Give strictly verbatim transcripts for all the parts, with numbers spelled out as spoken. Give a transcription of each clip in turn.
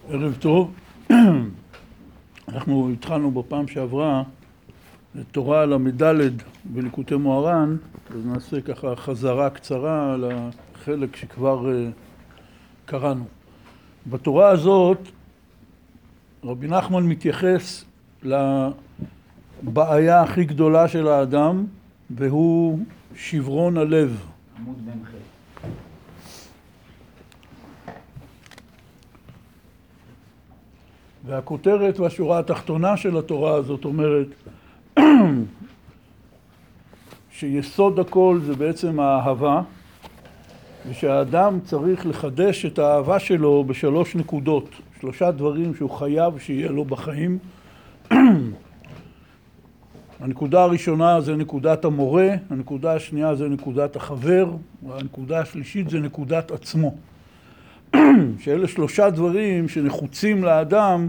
ערב טוב. אנחנו התחלנו בפעם שעברה את תורה על המדלד בליקוטי מוהר"ן, אז נעשה ככה חזרה קצרה על החלק שכבר uh, קראנו. בתורה הזאת רבי נחמן מתייחס לבעיה הכי גדולה של האדם, והוא שברון הלב. עמוד ממח. והכותרת והשורה התחתונה של התורה הזאת אומרת שיסוד הכל זה בעצם האהבה, ושהאדם צריך לחדש את האהבה שלו בשלוש נקודות, שלושה דברים שהוא חייב שיהיה לו בחיים. הנקודה הראשונה זה נקודת המורה, הנקודה השנייה זה נקודת החבר, והנקודה השלישית זה נקודת עצמו. שאלה שלושה דברים שנחוצים לאדם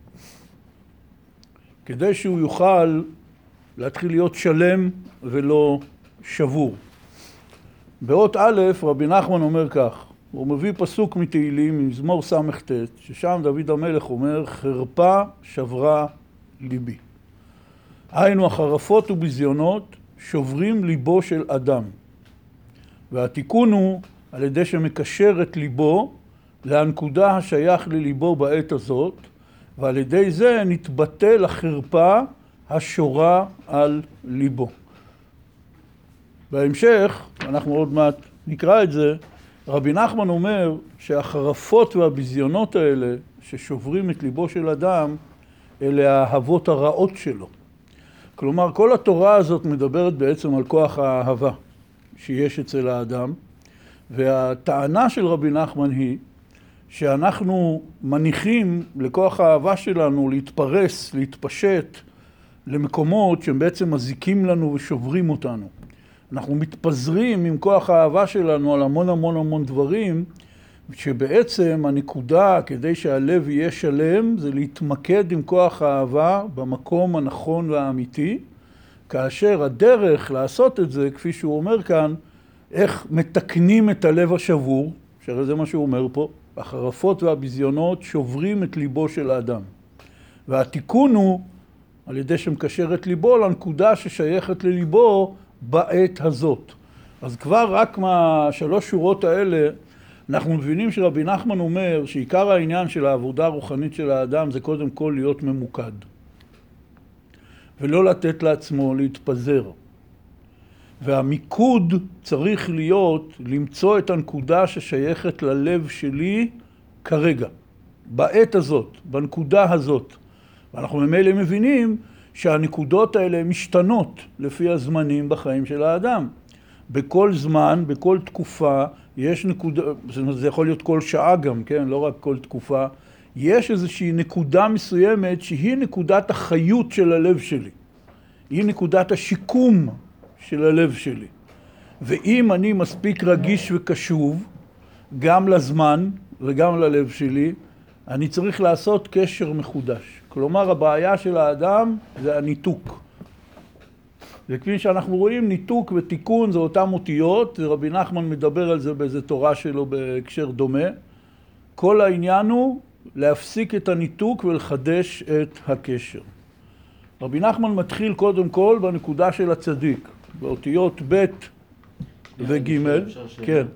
כדי שהוא יוכל להתחיל להיות שלם ולא שבור. באות א' רבי נחמן אומר כך, הוא מביא פסוק מתהילים ממזמור ס"ט, ששם דוד המלך אומר, חרפה שברה ליבי. היינו החרפות וביזיונות שוברים ליבו של אדם. והתיקון הוא על ידי שמקשר את ליבו לנקודה השייך לליבו בעת הזאת, ועל ידי זה נתבטל החרפה השורה על ליבו. בהמשך, אנחנו עוד מעט נקרא את זה, רבי נחמן אומר שהחרפות והביזיונות האלה ששוברים את ליבו של אדם, אלה האהבות הרעות שלו. כלומר, כל התורה הזאת מדברת בעצם על כוח האהבה שיש אצל האדם, והטענה של רבי נחמן היא שאנחנו מניחים לכוח האהבה שלנו להתפרס, להתפשט למקומות שהם בעצם מזיקים לנו ושוברים אותנו. אנחנו מתפזרים עם כוח האהבה שלנו על המון המון המון דברים, שבעצם הנקודה כדי שהלב יהיה שלם זה להתמקד עם כוח האהבה במקום הנכון והאמיתי, כאשר הדרך לעשות את זה, כפי שהוא אומר כאן, איך מתקנים את הלב השבור, שהרי זה מה שהוא אומר פה, החרפות והביזיונות שוברים את ליבו של האדם. והתיקון הוא על ידי שמקשר את ליבו לנקודה ששייכת לליבו בעת הזאת. אז כבר רק מהשלוש שורות האלה אנחנו מבינים שרבי נחמן אומר שעיקר העניין של העבודה הרוחנית של האדם זה קודם כל להיות ממוקד. ולא לתת לעצמו להתפזר. והמיקוד צריך להיות למצוא את הנקודה ששייכת ללב שלי כרגע, בעת הזאת, בנקודה הזאת. ואנחנו ממילא מבינים שהנקודות האלה משתנות לפי הזמנים בחיים של האדם. בכל זמן, בכל תקופה, יש נקודה, זה יכול להיות כל שעה גם, כן? לא רק כל תקופה, יש איזושהי נקודה מסוימת שהיא נקודת החיות של הלב שלי. היא נקודת השיקום של הלב שלי. ואם אני מספיק רגיש וקשוב, גם לזמן וגם ללב שלי, אני צריך לעשות קשר מחודש. כלומר, הבעיה של האדם זה הניתוק. וכפי שאנחנו רואים, ניתוק ותיקון זה אותם אותיות, רבי נחמן מדבר על זה באיזה תורה שלו בהקשר דומה. כל העניין הוא להפסיק את הניתוק ולחדש את הקשר. רבי נחמן מתחיל קודם כל בנקודה של הצדיק, באותיות ב' וג'. כן.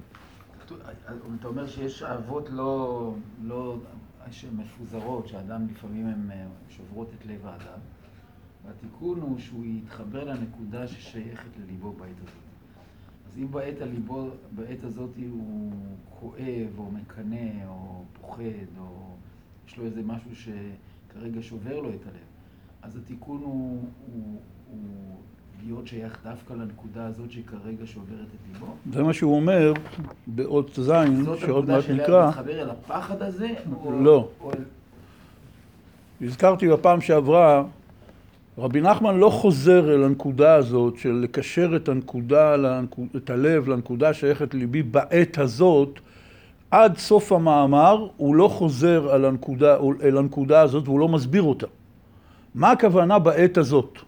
אתה אומר שיש אהבות לא, לא מפוזרות, שאדם לפעמים הן שוברות את לב האדם. והתיקון הוא שהוא יתחבר לנקודה ששייכת לליבו בעת הזאת. אז אם בעת הליבו, בעת הזאת הוא כואב או מקנא או פוחד או יש לו איזה משהו שכרגע שובר לו את הלב, אז התיקון הוא, הוא, הוא להיות שייך דווקא לנקודה הזאת שכרגע שוברת את ליבו. זה מה שהוא אומר באות זין, שעוד מעט נקרא. זאת הנקודה מתחבר אל הפחד הזה? לא. או... הזכרתי בפעם שעברה, רבי נחמן לא חוזר אל הנקודה הזאת של לקשר את הנקודה, את הלב לנקודה שייכת לליבי בעת הזאת, עד סוף המאמר הוא לא חוזר אל הנקודה, אל הנקודה הזאת והוא לא מסביר אותה. מה הכוונה בעת הזאת?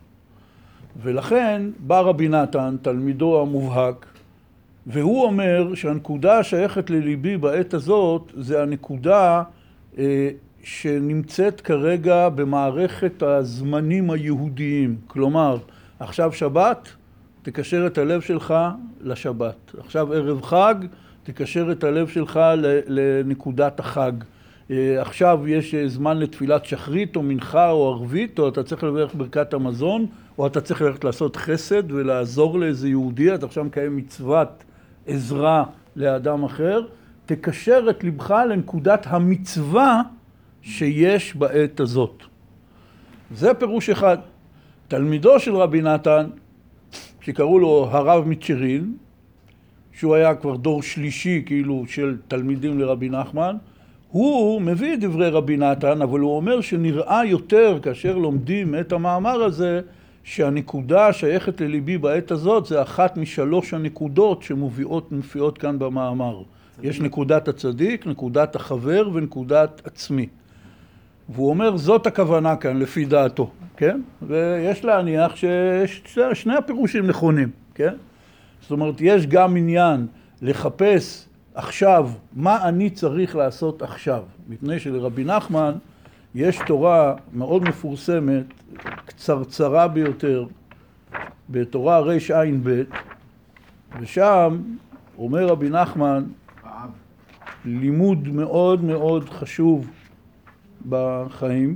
ולכן בא רבי נתן, תלמידו המובהק, והוא אומר שהנקודה שייכת לליבי בעת הזאת זה הנקודה אה, שנמצאת כרגע במערכת הזמנים היהודיים. כלומר, עכשיו שבת, תקשר את הלב שלך לשבת. עכשיו ערב חג, תקשר את הלב שלך לנקודת החג. עכשיו יש זמן לתפילת שחרית או מנחה או ערבית, או אתה צריך לברך ברכת המזון, או אתה צריך ללכת לעשות חסד ולעזור לאיזה יהודי, אתה עכשיו מקיים מצוות עזרה לאדם אחר. תקשר את לבך לנקודת המצווה שיש בעת הזאת. זה פירוש אחד. תלמידו של רבי נתן, שקראו לו הרב מצ'רין, שהוא היה כבר דור שלישי כאילו של תלמידים לרבי נחמן, הוא מביא את דברי רבי נתן, אבל הוא אומר שנראה יותר כאשר לומדים את המאמר הזה, שהנקודה שייכת לליבי בעת הזאת זה אחת משלוש הנקודות שמופיעות מופיעות כאן במאמר. יש נקודת הצדיק, נקודת החבר ונקודת עצמי. והוא אומר זאת הכוונה כאן לפי דעתו, כן? ויש להניח ששני הפירושים נכונים, כן? זאת אומרת, יש גם עניין לחפש עכשיו מה אני צריך לעשות עכשיו. מפני שלרבי נחמן יש תורה מאוד מפורסמת, קצרצרה ביותר, בתורה רש עין ב', ושם אומר רבי נחמן לימוד מאוד מאוד חשוב בחיים.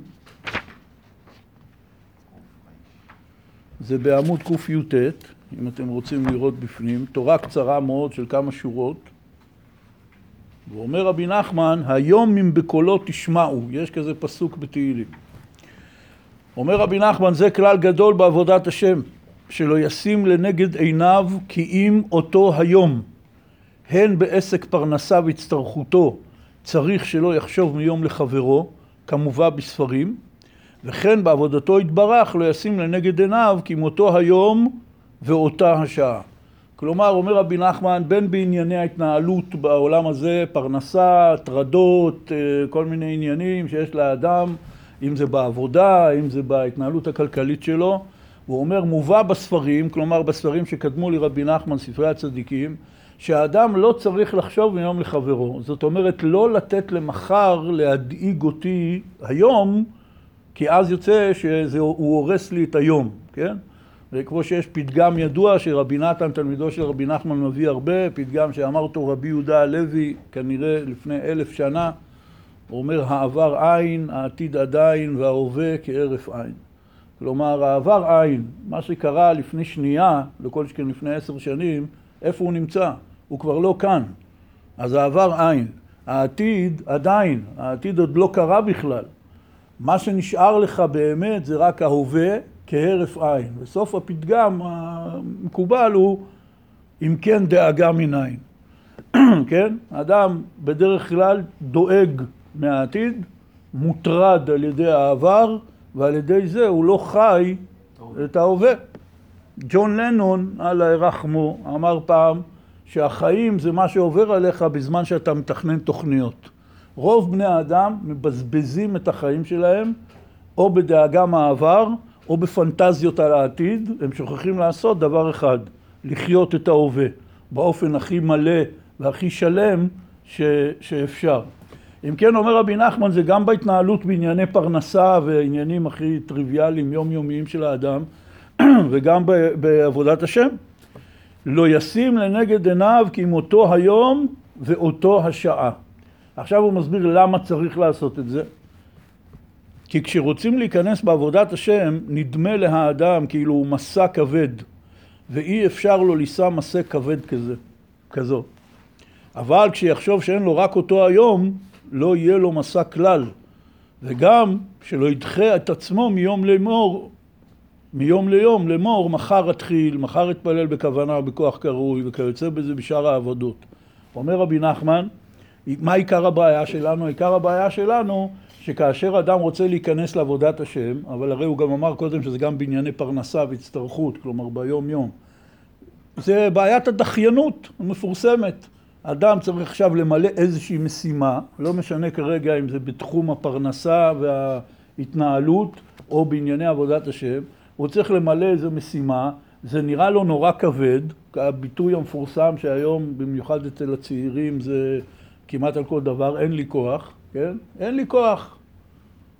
זה בעמוד ק"ט, אם אתם רוצים לראות בפנים, תורה קצרה מאוד של כמה שורות. ואומר רבי נחמן, היום אם בקולו תשמעו, יש כזה פסוק בתהילים. אומר רבי נחמן, זה כלל גדול בעבודת השם, שלא ישים לנגד עיניו כי אם אותו היום, הן בעסק פרנסה והצטרכותו, צריך שלא יחשוב מיום לחברו, כמובא בספרים, וכן בעבודתו יתברך לא ישים לנגד עיניו כי אם אותו היום ואותה השעה. כלומר, אומר רבי נחמן, בין בענייני ההתנהלות בעולם הזה, פרנסה, טרדות, כל מיני עניינים שיש לאדם, אם זה בעבודה, אם זה בהתנהלות הכלכלית שלו, הוא אומר, מובא בספרים, כלומר בספרים שקדמו לרבי נחמן, ספרי הצדיקים, שהאדם לא צריך לחשוב מיום לחברו. זאת אומרת, לא לתת למחר להדאיג אותי היום, כי אז יוצא שהוא הורס לי את היום, כן? וכמו שיש פתגם ידוע שרבי נתן, תלמידו של רבי נחמן, מביא הרבה, פתגם שאמר אותו רבי יהודה הלוי, כנראה לפני אלף שנה, הוא אומר, העבר עין, העתיד עדיין, וההווה כהרף עין. כלומר, העבר עין, מה שקרה לפני שנייה, לכל שכן לפני עשר שנים, איפה הוא נמצא? הוא כבר לא כאן. אז העבר עין. העתיד עדיין, העתיד עוד לא קרה בכלל. מה שנשאר לך באמת זה רק ההווה כהרף עין. בסוף הפתגם המקובל הוא, אם כן דאגה מנין. כן? האדם בדרך כלל דואג מהעתיד, מוטרד על ידי העבר, ועל ידי זה הוא לא חי את ההווה. ג'ון לנון, אללה ירחמו, אמר פעם שהחיים זה מה שעובר עליך בזמן שאתה מתכנן תוכניות. רוב בני האדם מבזבזים את החיים שלהם או בדאגה מהעבר או בפנטזיות על העתיד. הם שוכחים לעשות דבר אחד, לחיות את ההווה באופן הכי מלא והכי שלם ש... שאפשר. אם כן, אומר רבי נחמן, זה גם בהתנהלות בענייני פרנסה ועניינים הכי טריוויאליים יומיומיים של האדם, וגם בעבודת השם. לא ישים לנגד עיניו כי אם אותו היום ואותו השעה. עכשיו הוא מסביר למה צריך לעשות את זה. כי כשרוצים להיכנס בעבודת השם, נדמה להאדם כאילו הוא מסע כבד, ואי אפשר לו לישא מסע כבד כזה, כזו. אבל כשיחשוב שאין לו רק אותו היום, לא יהיה לו מסע כלל. וגם שלא ידחה את עצמו מיום לאמור, מיום ליום, לאמור, מחר אתחיל, מחר אתפלל בכוונה, בכוח קרוי, וכיוצא בזה בשאר העבודות. אומר רבי נחמן, מה עיקר הבעיה שלנו? עיקר הבעיה שלנו, שכאשר אדם רוצה להיכנס לעבודת השם, אבל הרי הוא גם אמר קודם שזה גם בענייני פרנסה והצטרכות, כלומר ביום יום, זה בעיית הדחיינות המפורסמת. אדם צריך עכשיו למלא איזושהי משימה, לא משנה כרגע אם זה בתחום הפרנסה וההתנהלות או בענייני עבודת השם, הוא צריך למלא איזו משימה, זה נראה לו נורא כבד, הביטוי המפורסם שהיום במיוחד אצל הצעירים זה כמעט על כל דבר, אין לי כוח, כן? אין לי כוח.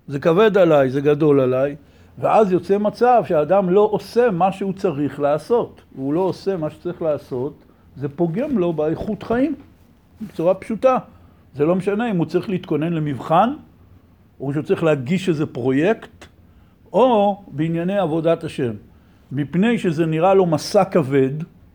זה כבד עליי, זה גדול עליי, ואז יוצא מצב שהאדם לא עושה מה שהוא צריך לעשות. הוא לא עושה מה שצריך לעשות, זה פוגם לו באיכות חיים, בצורה פשוטה. זה לא משנה אם הוא צריך להתכונן למבחן, או שהוא צריך להגיש איזה פרויקט, או בענייני עבודת השם. מפני שזה נראה לו מסע כבד,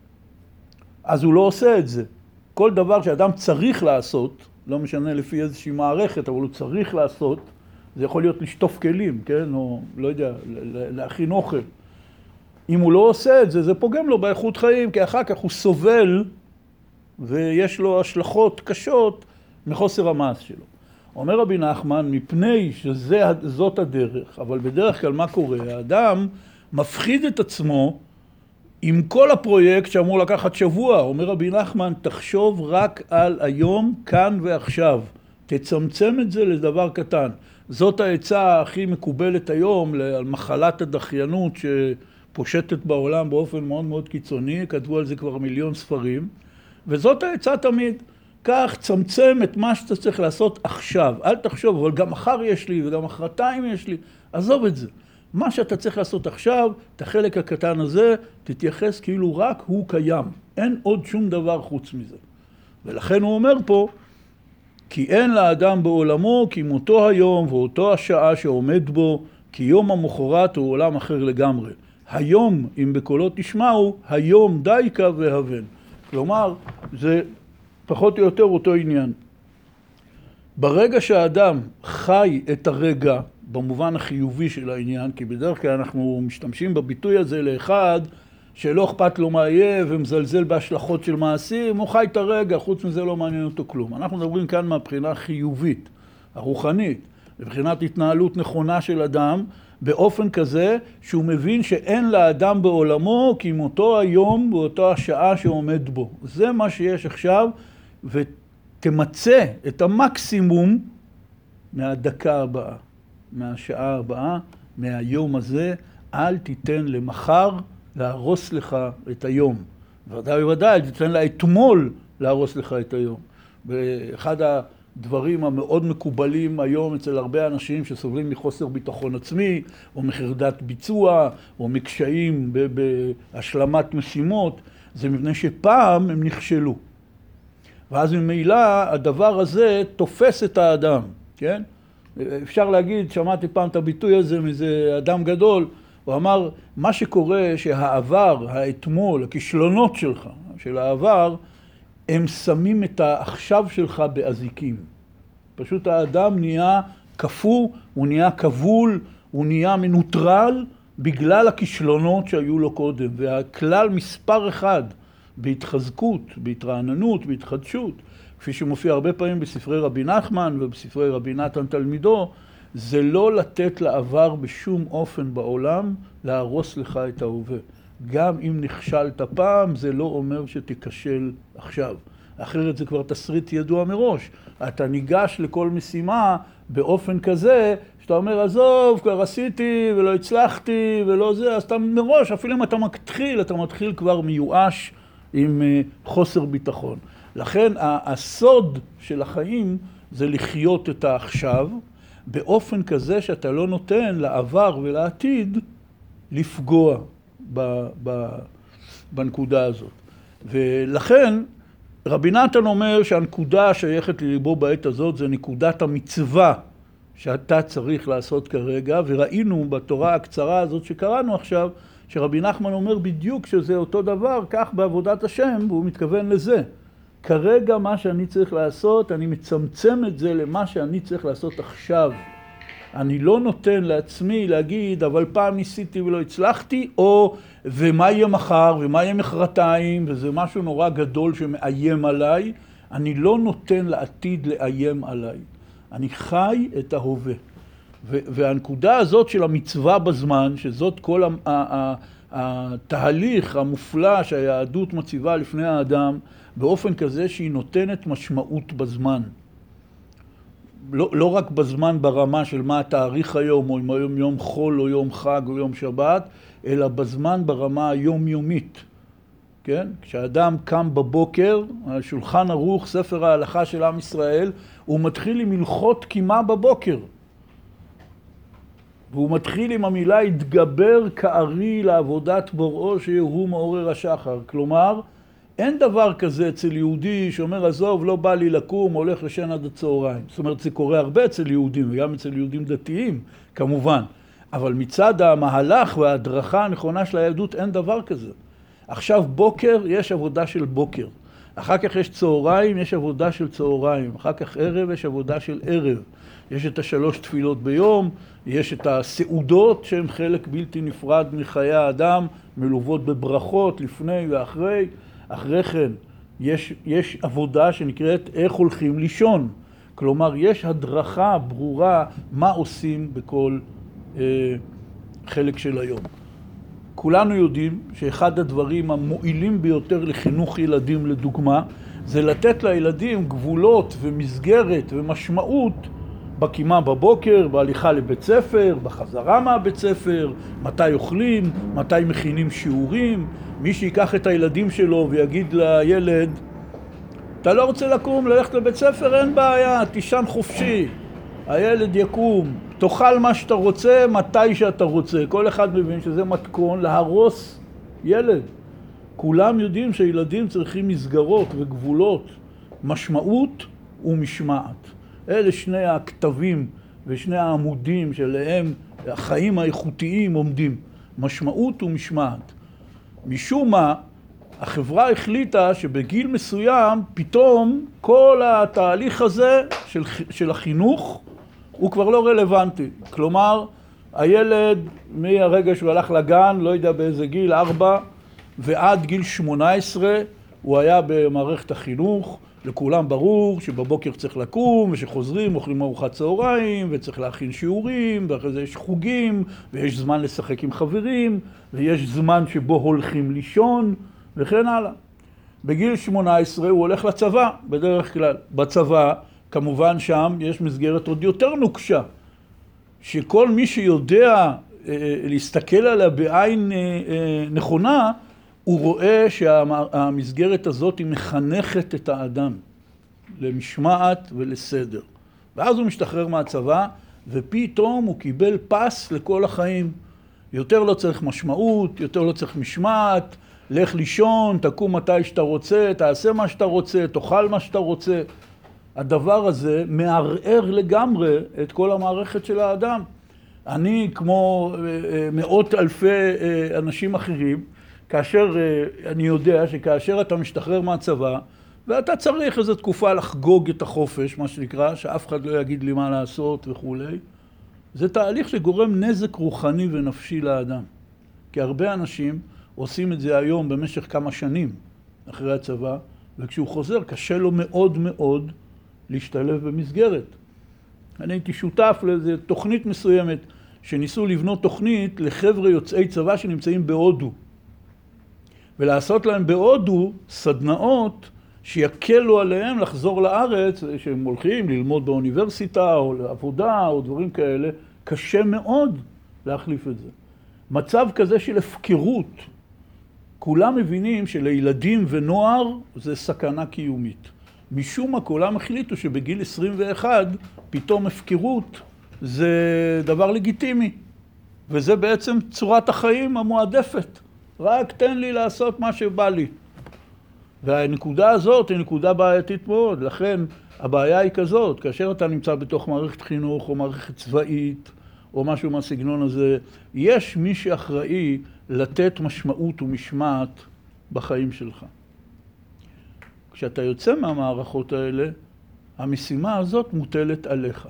אז הוא לא עושה את זה. כל דבר שאדם צריך לעשות, לא משנה לפי איזושהי מערכת, אבל הוא צריך לעשות, זה יכול להיות לשטוף כלים, כן? או לא יודע, להכין אוכל. אם הוא לא עושה את זה, זה פוגם לו באיכות חיים, כי אחר כך הוא סובל, ויש לו השלכות קשות מחוסר המעש שלו. אומר רבי נחמן, מפני שזאת הדרך, אבל בדרך כלל מה קורה? האדם מפחיד את עצמו עם כל הפרויקט שאמור לקחת שבוע. אומר רבי נחמן, תחשוב רק על היום, כאן ועכשיו. תצמצם את זה לדבר קטן. זאת העצה הכי מקובלת היום על מחלת הדחיינות שפושטת בעולם באופן מאוד מאוד קיצוני. כתבו על זה כבר מיליון ספרים. וזאת העצה תמיד. כך צמצם את מה שאתה צריך לעשות עכשיו. אל תחשוב, אבל גם מחר יש לי וגם מחרתיים יש לי. עזוב את זה. מה שאתה צריך לעשות עכשיו, את החלק הקטן הזה, תתייחס כאילו רק הוא קיים. אין עוד שום דבר חוץ מזה. ולכן הוא אומר פה, כי אין לאדם בעולמו, כי מותו היום ואותו השעה שעומד בו, כי יום המחרת הוא עולם אחר לגמרי. היום, אם בקולות תשמעו, היום דייקה והבן. כלומר, זה פחות או יותר אותו עניין. ברגע שהאדם חי את הרגע, במובן החיובי של העניין, כי בדרך כלל אנחנו משתמשים בביטוי הזה לאחד שלא אכפת לו מה יהיה ומזלזל בהשלכות של מעשים, הוא חי את הרגע, חוץ מזה לא מעניין אותו כלום. אנחנו מדברים כאן מהבחינה החיובית, הרוחנית, מבחינת התנהלות נכונה של אדם, באופן כזה שהוא מבין שאין לאדם בעולמו כי מותו היום באותו השעה שעומד בו. זה מה שיש עכשיו, ותמצא את המקסימום מהדקה הבאה. מהשעה הבאה, מהיום הזה, אל תיתן למחר להרוס לך את היום. ודאי וודאי, תיתן לה אתמול להרוס לך את היום. באחד הדברים המאוד מקובלים היום אצל הרבה אנשים שסובלים מחוסר ביטחון עצמי, או מחרדת ביצוע, או מקשיים בהשלמת משימות, זה מפני שפעם הם נכשלו. ואז ממילא הדבר הזה תופס את האדם, כן? אפשר להגיד, שמעתי פעם את הביטוי הזה מאיזה אדם גדול, הוא אמר, מה שקורה שהעבר, האתמול, הכישלונות שלך, של העבר, הם שמים את העכשיו שלך באזיקים. פשוט האדם נהיה כפו, הוא נהיה כבול, הוא נהיה מנוטרל, בגלל הכישלונות שהיו לו קודם. והכלל מספר אחד, בהתחזקות, בהתרעננות, בהתחדשות, כפי שמופיע הרבה פעמים בספרי רבי נחמן ובספרי רבי נתן תלמידו, זה לא לתת לעבר בשום אופן בעולם להרוס לך את ההווה. גם אם נכשלת פעם, זה לא אומר שתיכשל עכשיו. אחרת זה כבר תסריט ידוע מראש. אתה ניגש לכל משימה באופן כזה, שאתה אומר, עזוב, כבר עשיתי ולא הצלחתי ולא זה, אז אתה מראש, אפילו אם אתה מתחיל, אתה מתחיל כבר מיואש עם חוסר ביטחון. לכן הסוד של החיים זה לחיות את העכשיו, באופן כזה שאתה לא נותן לעבר ולעתיד לפגוע ב, ב, בנקודה הזאת. ולכן רבי נתן אומר שהנקודה שייכת לליבו בעת הזאת זה נקודת המצווה שאתה צריך לעשות כרגע, וראינו בתורה הקצרה הזאת שקראנו עכשיו, שרבי נחמן אומר בדיוק שזה אותו דבר, כך בעבודת השם, והוא מתכוון לזה. כרגע מה שאני צריך לעשות, אני מצמצם את זה למה שאני צריך לעשות עכשיו. אני לא נותן לעצמי להגיד, אבל פעם ניסיתי ולא הצלחתי, או ומה יהיה מחר, ומה יהיה מחרתיים, וזה משהו נורא גדול שמאיים עליי. אני לא נותן לעתיד לאיים עליי. אני חי את ההווה. והנקודה הזאת של המצווה בזמן, שזאת כל התהליך המופלא שהיהדות מציבה לפני האדם, באופן כזה שהיא נותנת משמעות בזמן. לא, לא רק בזמן ברמה של מה התאריך היום, או אם היום יום חול, או יום חג, או יום שבת, אלא בזמן ברמה היומיומית. כן? כשאדם קם בבוקר, השולחן ערוך, ספר ההלכה של עם ישראל, הוא מתחיל עם הלכות קימה בבוקר. והוא מתחיל עם המילה התגבר כארי לעבודת בוראו שהוא מעורר השחר. כלומר, אין דבר כזה אצל יהודי שאומר, עזוב, לא בא לי לקום, הולך לשן עד הצהריים. זאת אומרת, זה קורה הרבה אצל יהודים, וגם אצל יהודים דתיים, כמובן. אבל מצד המהלך וההדרכה הנכונה של היהדות, אין דבר כזה. עכשיו בוקר, יש עבודה של בוקר. אחר כך יש צהריים, יש עבודה של צהריים. אחר כך ערב, יש עבודה של ערב. יש את השלוש תפילות ביום, יש את הסעודות שהן חלק בלתי נפרד מחיי האדם, מלוות בברכות לפני ואחרי. אחרי כן יש, יש עבודה שנקראת איך הולכים לישון. כלומר, יש הדרכה ברורה מה עושים בכל אה, חלק של היום. כולנו יודעים שאחד הדברים המועילים ביותר לחינוך ילדים לדוגמה, זה לתת לילדים גבולות ומסגרת ומשמעות בקימה בבוקר, בהליכה לבית ספר, בחזרה מהבית ספר, מתי אוכלים, מתי מכינים שיעורים. מי שיקח את הילדים שלו ויגיד לילד, אתה לא רוצה לקום, ללכת לבית ספר, אין בעיה, תישן חופשי. הילד יקום, תאכל מה שאתה רוצה, מתי שאתה רוצה. כל אחד מבין שזה מתכון להרוס ילד. כולם יודעים שילדים צריכים מסגרות וגבולות, משמעות ומשמעת. אלה שני הכתבים ושני העמודים שלהם החיים האיכותיים עומדים, משמעות ומשמעת. משום מה, החברה החליטה שבגיל מסוים פתאום כל התהליך הזה של, של החינוך הוא כבר לא רלוונטי. כלומר, הילד מהרגע שהוא הלך לגן, לא יודע באיזה גיל, ארבע, ועד גיל שמונה עשרה, הוא היה במערכת החינוך. לכולם ברור שבבוקר צריך לקום, ושחוזרים, אוכלים ארוחת צהריים, וצריך להכין שיעורים, ואחרי זה יש חוגים, ויש זמן לשחק עם חברים, ויש זמן שבו הולכים לישון, וכן הלאה. בגיל שמונה עשרה הוא הולך לצבא, בדרך כלל. בצבא, כמובן שם יש מסגרת עוד יותר נוקשה, שכל מי שיודע אה, להסתכל עליה בעין אה, אה, נכונה, הוא רואה שהמסגרת הזאת היא מחנכת את האדם למשמעת ולסדר. ואז הוא משתחרר מהצבא, ופתאום הוא קיבל פס לכל החיים. יותר לא צריך משמעות, יותר לא צריך משמעת, לך לישון, תקום מתי שאתה רוצה, תעשה מה שאתה רוצה, תאכל מה שאתה רוצה. הדבר הזה מערער לגמרי את כל המערכת של האדם. אני, כמו מאות אלפי אנשים אחרים, כאשר אני יודע שכאשר אתה משתחרר מהצבא, ואתה צריך איזו תקופה לחגוג את החופש, מה שנקרא, שאף אחד לא יגיד לי מה לעשות וכו', זה תהליך שגורם נזק רוחני ונפשי לאדם. כי הרבה אנשים עושים את זה היום במשך כמה שנים אחרי הצבא, וכשהוא חוזר קשה לו מאוד מאוד להשתלב במסגרת. אני הייתי שותף לאיזו תוכנית מסוימת, שניסו לבנות תוכנית לחבר'ה יוצאי צבא שנמצאים בהודו. ולעשות להם בהודו סדנאות שיקלו עליהם לחזור לארץ, שהם הולכים ללמוד באוניברסיטה או לעבודה או דברים כאלה, קשה מאוד להחליף את זה. מצב כזה של הפקרות, כולם מבינים שלילדים ונוער זה סכנה קיומית. משום מה כולם החליטו שבגיל עשרים ואחת פתאום הפקרות זה דבר לגיטימי. וזה בעצם צורת החיים המועדפת. רק תן לי לעשות מה שבא לי. והנקודה הזאת היא נקודה בעייתית מאוד. לכן הבעיה היא כזאת, כאשר אתה נמצא בתוך מערכת חינוך או מערכת צבאית או משהו מהסגנון הזה, יש מי שאחראי לתת משמעות ומשמעת בחיים שלך. כשאתה יוצא מהמערכות האלה, המשימה הזאת מוטלת עליך.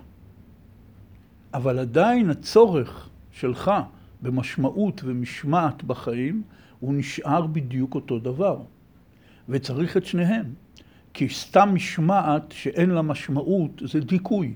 אבל עדיין הצורך שלך במשמעות ומשמעת בחיים, הוא נשאר בדיוק אותו דבר. וצריך את שניהם. כי סתם משמעת שאין לה משמעות זה דיכוי.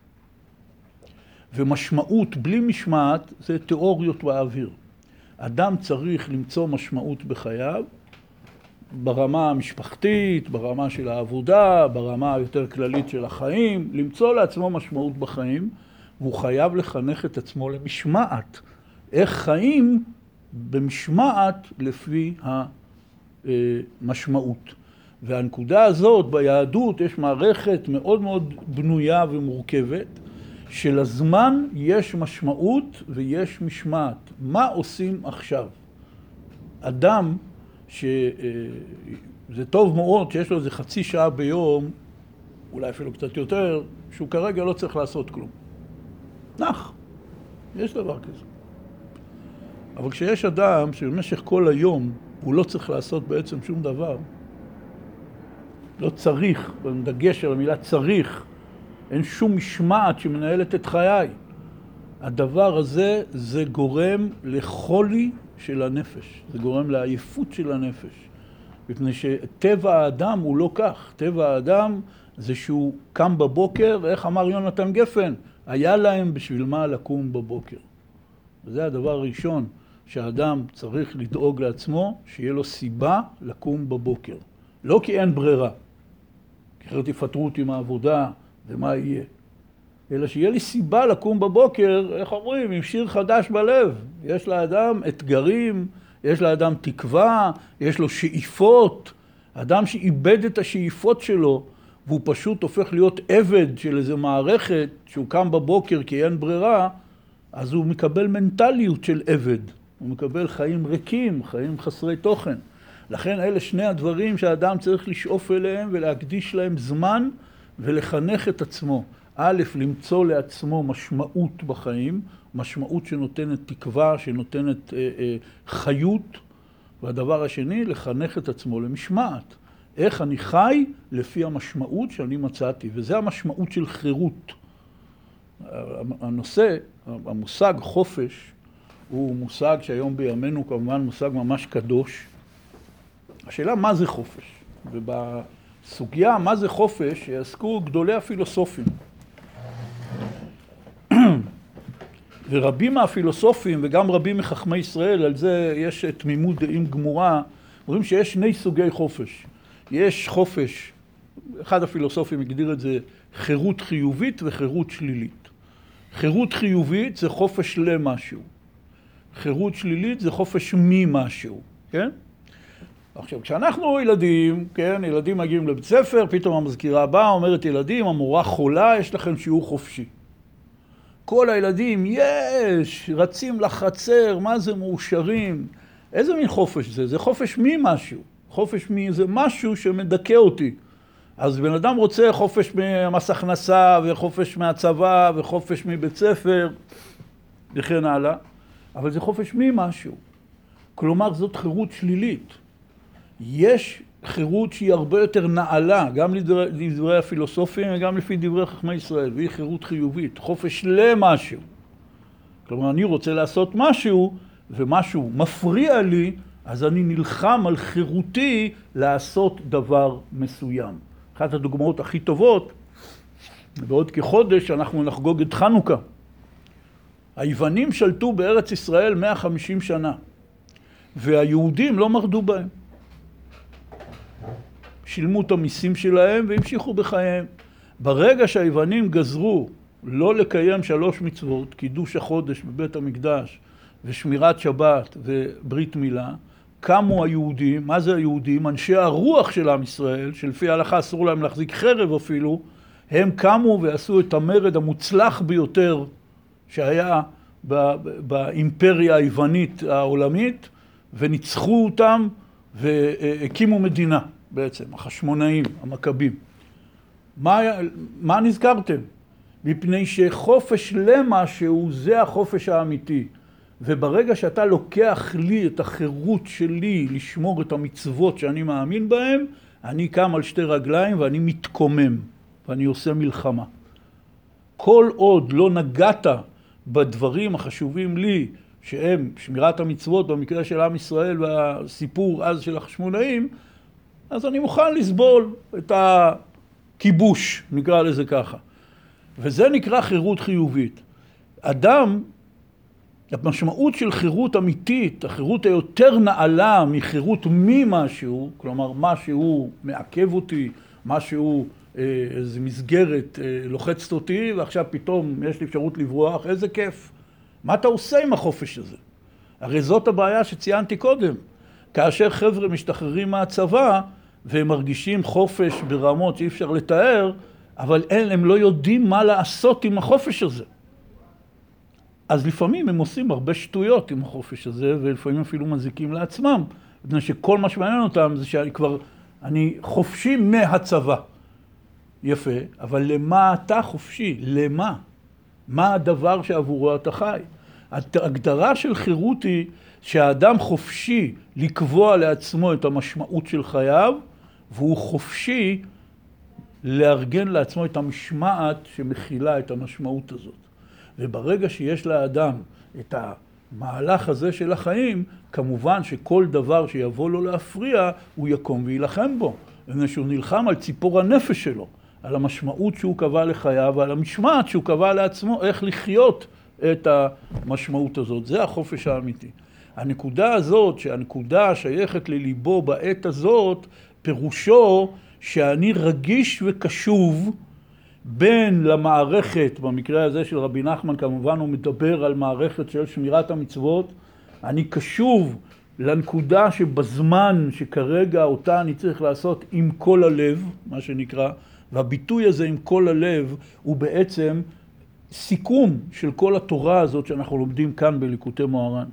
ומשמעות בלי משמעת זה תיאוריות באוויר. אדם צריך למצוא משמעות בחייו, ברמה המשפחתית, ברמה של העבודה, ברמה היותר כללית של החיים, למצוא לעצמו משמעות בחיים, והוא חייב לחנך את עצמו למשמעת. איך חיים במשמעת לפי המשמעות. והנקודה הזאת ביהדות יש מערכת מאוד מאוד בנויה ומורכבת, שלזמן יש משמעות ויש משמעת. מה עושים עכשיו? אדם שזה טוב מאוד שיש לו איזה חצי שעה ביום, אולי אפילו קצת יותר, שהוא כרגע לא צריך לעשות כלום. נח, יש דבר כזה. אבל כשיש אדם שבמשך כל היום הוא לא צריך לעשות בעצם שום דבר, לא צריך, בדגש על המילה צריך, אין שום משמעת שמנהלת את חיי. הדבר הזה זה גורם לחולי של הנפש, זה גורם לעייפות של הנפש. מפני שטבע האדם הוא לא כך, טבע האדם זה שהוא קם בבוקר, איך אמר יונתן גפן, היה להם בשביל מה לקום בבוקר. וזה הדבר הראשון שהאדם צריך לדאוג לעצמו, שיהיה לו סיבה לקום בבוקר. לא כי אין ברירה, כי אחרת יפטרו אותי מהעבודה ומה יהיה. אלא שיהיה לי סיבה לקום בבוקר, איך אומרים, עם שיר חדש בלב. יש לאדם אתגרים, יש לאדם תקווה, יש לו שאיפות. אדם שאיבד את השאיפות שלו, והוא פשוט הופך להיות עבד של איזו מערכת, שהוא קם בבוקר כי אין ברירה, אז הוא מקבל מנטליות של עבד. הוא מקבל חיים ריקים, חיים חסרי תוכן. לכן אלה שני הדברים שהאדם צריך לשאוף אליהם ולהקדיש להם זמן ולחנך את עצמו. א', למצוא לעצמו משמעות בחיים, משמעות שנותנת תקווה, שנותנת אה, אה, חיות. והדבר השני, לחנך את עצמו למשמעת. איך אני חי לפי המשמעות שאני מצאתי, וזה המשמעות של חירות. הנושא, המושג חופש, הוא מושג שהיום בימינו כמובן מושג ממש קדוש. השאלה מה זה חופש? ובסוגיה מה זה חופש יעסקו גדולי הפילוסופים. ורבים מהפילוסופים וגם רבים מחכמי ישראל, על זה יש תמימות דעים גמורה, אומרים שיש שני סוגי חופש. יש חופש, אחד הפילוסופים הגדיר את זה חירות חיובית וחירות שלילית. חירות חיובית זה חופש למשהו. חירות שלילית זה חופש ממשהו, כן? עכשיו, כשאנחנו ילדים, כן, ילדים מגיעים לבית ספר, פתאום המזכירה באה, אומרת ילדים, המורה חולה, יש לכם שיעור חופשי. כל הילדים, יש, רצים לחצר, מה זה מאושרים? איזה מין חופש זה? זה חופש ממשהו. חופש מי זה משהו שמדכא אותי. אז בן אדם רוצה חופש ממס הכנסה, וחופש מהצבא, וחופש מבית ספר, וכן הלאה. אבל זה חופש ממשהו. כלומר, זאת חירות שלילית. יש חירות שהיא הרבה יותר נעלה, גם לדברי הפילוסופים וגם לפי דברי חכמי ישראל, והיא חירות חיובית, חופש למשהו. כלומר, אני רוצה לעשות משהו, ומשהו מפריע לי, אז אני נלחם על חירותי לעשות דבר מסוים. אחת הדוגמאות הכי טובות, בעוד כחודש אנחנו נחגוג את חנוכה. היוונים שלטו בארץ ישראל מאה וחמישים שנה, והיהודים לא מרדו בהם. שילמו את המיסים שלהם והמשיכו בחייהם. ברגע שהיוונים גזרו לא לקיים שלוש מצוות, קידוש החודש בבית המקדש ושמירת שבת וברית מילה, קמו היהודים, מה זה היהודים? אנשי הרוח של עם ישראל, שלפי ההלכה אסור להם להחזיק חרב אפילו, הם קמו ועשו את המרד המוצלח ביותר שהיה באימפריה היוונית העולמית, וניצחו אותם והקימו מדינה בעצם, החשמונאים, המכבים. מה, מה נזכרתם? מפני שחופש למשהו זה החופש האמיתי. וברגע שאתה לוקח לי את החירות שלי לשמור את המצוות שאני מאמין בהן, אני קם על שתי רגליים ואני מתקומם ואני עושה מלחמה. כל עוד לא נגעת בדברים החשובים לי, שהם שמירת המצוות במקרה של עם ישראל והסיפור אז של החשמונאים, אז אני מוכן לסבול את הכיבוש, נקרא לזה ככה. וזה נקרא חירות חיובית. אדם, המשמעות של חירות אמיתית, החירות היותר נעלה מחירות ממשהו, כלומר משהו מעכב אותי, משהו, איזו מסגרת לוחצת אותי, ועכשיו פתאום יש לי אפשרות לברוח, איזה כיף. מה אתה עושה עם החופש הזה? הרי זאת הבעיה שציינתי קודם. כאשר חבר'ה משתחררים מהצבא, והם מרגישים חופש ברמות שאי אפשר לתאר, אבל אין, הם לא יודעים מה לעשות עם החופש הזה. אז לפעמים הם עושים הרבה שטויות עם החופש הזה, ולפעמים אפילו מזיקים לעצמם, בגלל שכל מה שמעניין אותם זה שאני כבר, אני חופשי מהצבא. יפה, אבל למה אתה חופשי? למה? מה הדבר שעבורו אתה חי? ההגדרה של חירות היא שהאדם חופשי לקבוע לעצמו את המשמעות של חייו, והוא חופשי לארגן לעצמו את המשמעת שמכילה את המשמעות הזאת. וברגע שיש לאדם את המהלך הזה של החיים, כמובן שכל דבר שיבוא לו להפריע, הוא יקום וילחם בו. לפני שהוא נלחם על ציפור הנפש שלו, על המשמעות שהוא קבע לחייו, ועל המשמעת שהוא קבע לעצמו, איך לחיות את המשמעות הזאת. זה החופש האמיתי. הנקודה הזאת, שהנקודה שייכת לליבו בעת הזאת, פירושו שאני רגיש וקשוב בין למערכת, במקרה הזה של רבי נחמן כמובן הוא מדבר על מערכת של שמירת המצוות, אני קשוב לנקודה שבזמן שכרגע אותה אני צריך לעשות עם כל הלב, מה שנקרא, והביטוי הזה עם כל הלב הוא בעצם סיכום של כל התורה הזאת שאנחנו לומדים כאן בליקוטי מוהר"ן.